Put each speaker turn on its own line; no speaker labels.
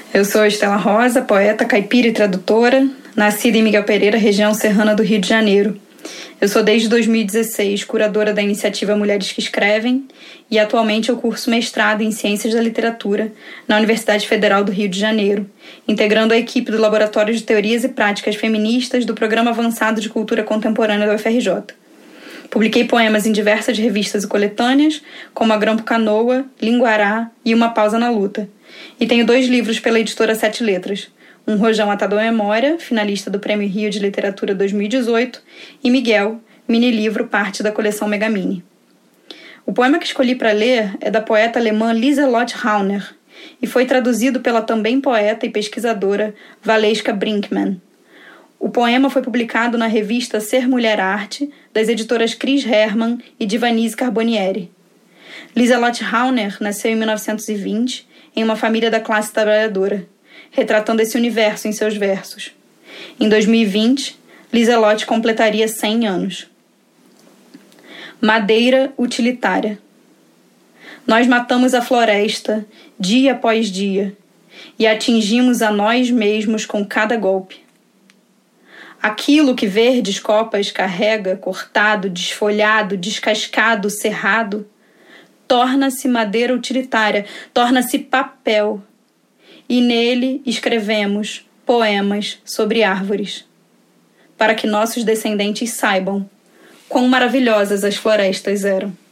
Eu sou Estela Rosa, poeta, caipira e tradutora, nascida em Miguel Pereira, região serrana do Rio de Janeiro. Eu sou desde 2016 curadora da iniciativa Mulheres que Escrevem e atualmente eu curso mestrado em Ciências da Literatura na Universidade Federal do Rio de Janeiro, integrando a equipe do Laboratório de Teorias e Práticas Feministas do Programa Avançado de Cultura Contemporânea da UFRJ. Publiquei poemas em diversas revistas e coletâneas, como A Grampo Canoa, Linguará e Uma Pausa na Luta. E tenho 2 livros pela editora Sete Letras, Um Rojão Atado à Memória, finalista do Prêmio Rio de Literatura 2018, e Miguel, mini-livro parte da coleção Megamini. O poema que escolhi para ler é da poeta alemã Lieselotte Rauner e foi traduzido pela também poeta e pesquisadora Valeska Brinkmann. O poema foi publicado na revista Ser Mulher Arte, das editoras Cris Hermann e Divanise Carbonieri. Lieselotte Rauner nasceu em 1920 em uma família da classe trabalhadora, retratando esse universo em seus versos. Em 2020, Lieselotte completaria 100 anos. Madeira utilitária. Nós matamos a floresta, dia após dia, e atingimos a nós mesmos com cada golpe. Aquilo que verdes copas carrega, cortado, desfolhado, descascado, cerrado, torna-se madeira utilitária, torna-se papel. E nele escrevemos poemas sobre árvores, para que nossos descendentes saibam quão maravilhosas as florestas eram.